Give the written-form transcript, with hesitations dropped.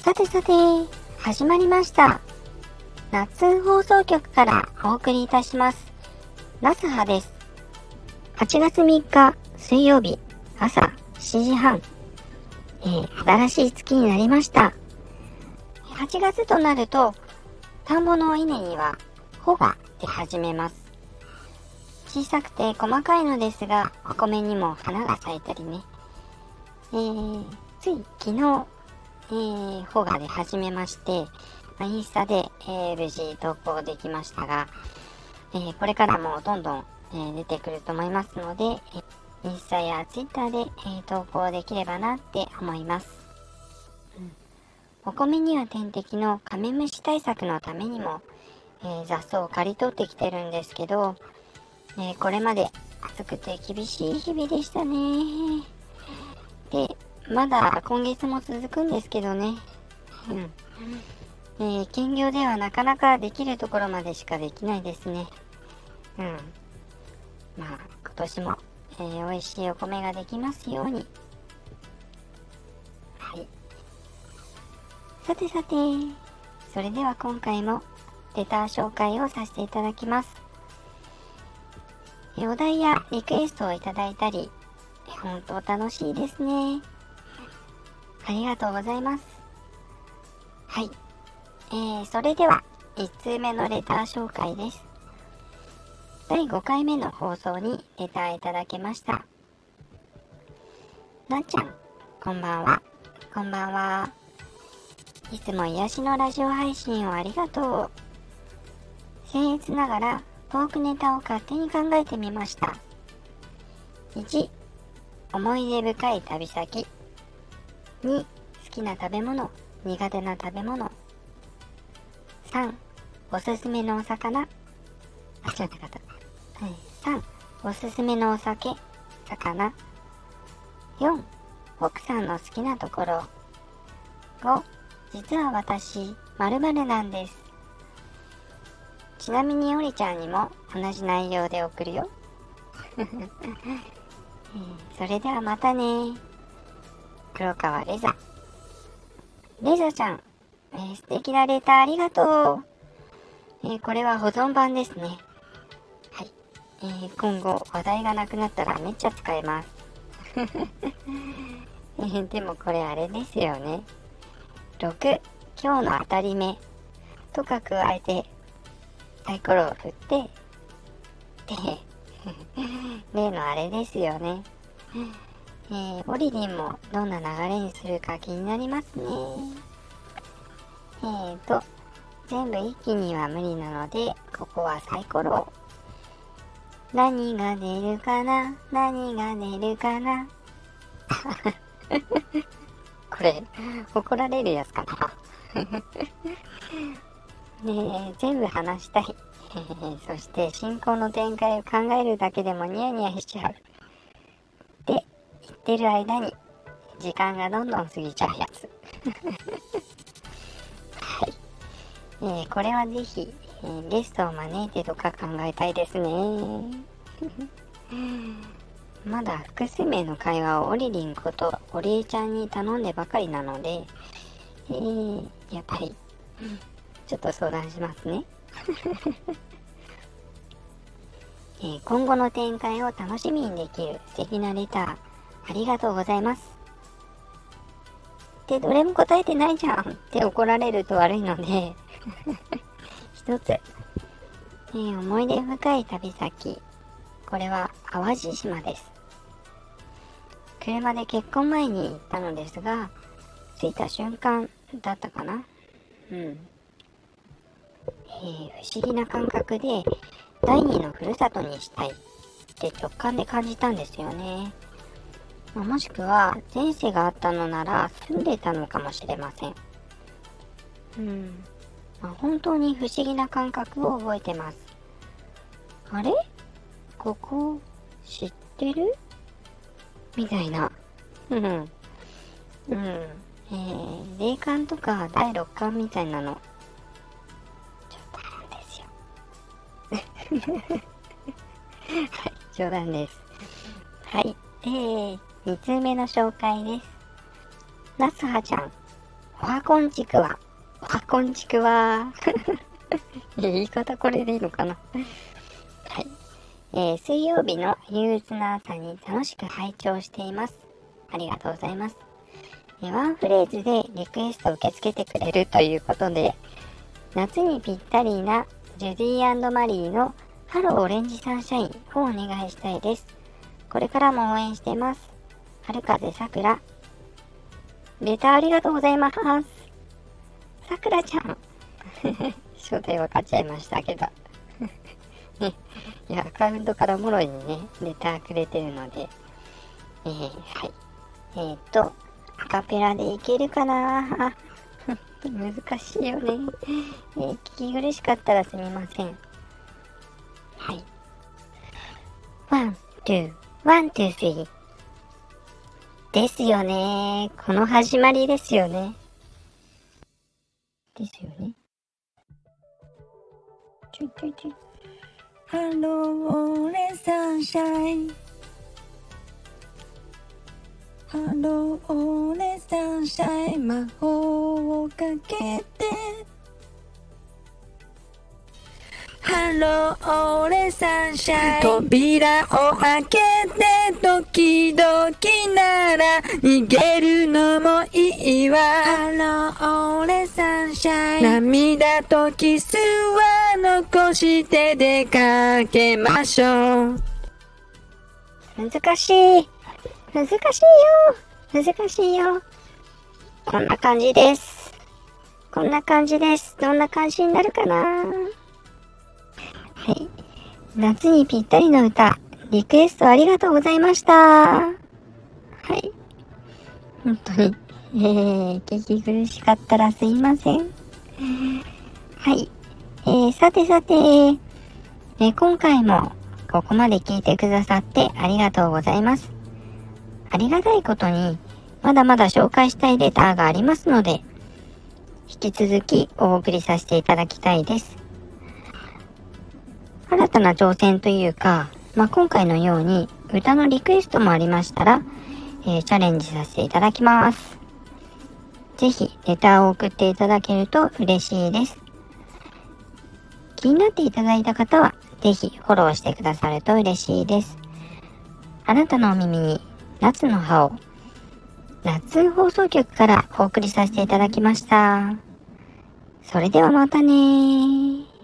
さてさて、始まりました。夏放送局からお送りいたします。ナスハです。8月3日水曜日朝7時半、新しい月になりました。8月となると、田んぼの稲には穂が出始めます。小さくて細かいのですが、お米にも花が咲いたりね。つい昨日、穂が出始めまして、インスタで、無事投稿できましたが、これからもどんどん、出てくると思いますので、インスタやツイッターで、投稿できればなって思います。お米には天敵のカメムシ対策のためにも、雑草を刈り取ってきてるんですけど、これまで暑くて厳しい日々でしたね。で、まだ今月も続くんですけどね。兼業ではなかなかできるところまでしかできないですね。まあ今年も、美味しいお米ができますように。はい。さてさて、それでは今回もレター紹介をさせていただきます。お題やリクエストをいただいたり、本当楽しいですね。ありがとうございます。はい。それでは1通目のレター紹介です。第5回目の放送にレターいただけました。なっちゃん、こんばんは。こんばんは。いつも癒しのラジオ配信をありがとう。僭越ながらトークネタを勝手に考えてみました。1、思い出深い旅先。2、好きな食べ物、苦手な食べ物。3、おすすめのお魚。違った。3、おすすめのお酒、魚。4、奥さんの好きなところ。5、実は私、〇〇なんです。ちなみにおりちゃんにも同じ内容で送るよ。それではまたね。黒川レザ。レザちゃん、素敵なレターありがとう。これは保存版ですね。はい。今後話題がなくなったらめっちゃ使えます。でもこれあれですよね。6、今日の当たり目とか加えてサイコロを振って、で、例のあれですよね。オリリンもどんな流れにするか気になりますね。全部一気には無理なので、ここはサイコロを。何が出るかな、何が出るかな。これ、怒られるやつかな。全部話したい。そして進行の展開を考えるだけでもニヤニヤしちゃう。で、言ってる間に時間がどんどん過ぎちゃうやつ。はい。これはぜひ、ゲストを招いてとか考えたいですね。まだ複数名の会話をオリリンことオリエちゃんに頼んでばかりなので、やっぱりちょっと相談しますね。今後の展開を楽しみにできる素敵なレターありがとうございます。で、どれも答えてないじゃんって怒られると悪いので一つ、思い出深い旅先、これは淡路島です。車で結婚前に行ったのですが、着いた瞬間だったかな。不思議な感覚で第二のふるさとにしたいって直感で感じたんですよね。もしくは前世があったのなら住んでたのかもしれません。本当に不思議な感覚を覚えてます。あれ？ここ知ってる？みたいな。霊感とか第六感みたいなのちょっとあるんですよ。はい、冗談です。はい、2通目の紹介です。なすはちゃん、 おはこんちくわ。おはこんちくわ。言い方これでいいのかな。はい。水曜日の憂鬱な朝に楽しく拝聴しています。ありがとうございます。ワンフレーズでリクエストを受け付けてくれるということで、夏にぴったりなジュディ&マリーのハローオレンジサンシャインをお願いしたいです。これからも応援してます。春風さくら。レターありがとうございます。さくらちゃん。正体分かっちゃいましたけど。ね、いや、アカウントからもろにね、レターくれてるので、はい。アカペラでいけるかな難しいよね。聞き苦しかったらすみません。はい。ワン、ツー、ワン、ツー、スリー。ですよね。この始まりですよね。ですよね。ちょいちょいちょい。 ハローレサンシャイン。ハローレサンシャイン。魔法をかけて。ハローレサンシャイン。扉を開けて時々なら逃げるのもいいわ。ハローレサンシャイン。涙とキスは残して出かけましょう。 難しい。難しいよ。難しいよ。こんな感じです。こんな感じです。どんな感じになるかな。はい。夏にぴったりの歌、リクエストありがとうございました。はい。本当に、聞き苦しかったらすいません。はい。さて、今回もここまで聞いてくださってありがとうございます。ありがたいことに、まだまだ紹介したいレターがありますので、引き続きお送りさせていただきたいです。新たな挑戦というか、今回のように歌のリクエストもありましたら、チャレンジさせていただきます。ぜひレターを送っていただけると嬉しいです。気になっていただいた方は、ぜひフォローしてくださると嬉しいです。あなたのお耳に夏の葉を、夏放送局からお送りさせていただきました。それではまたねー。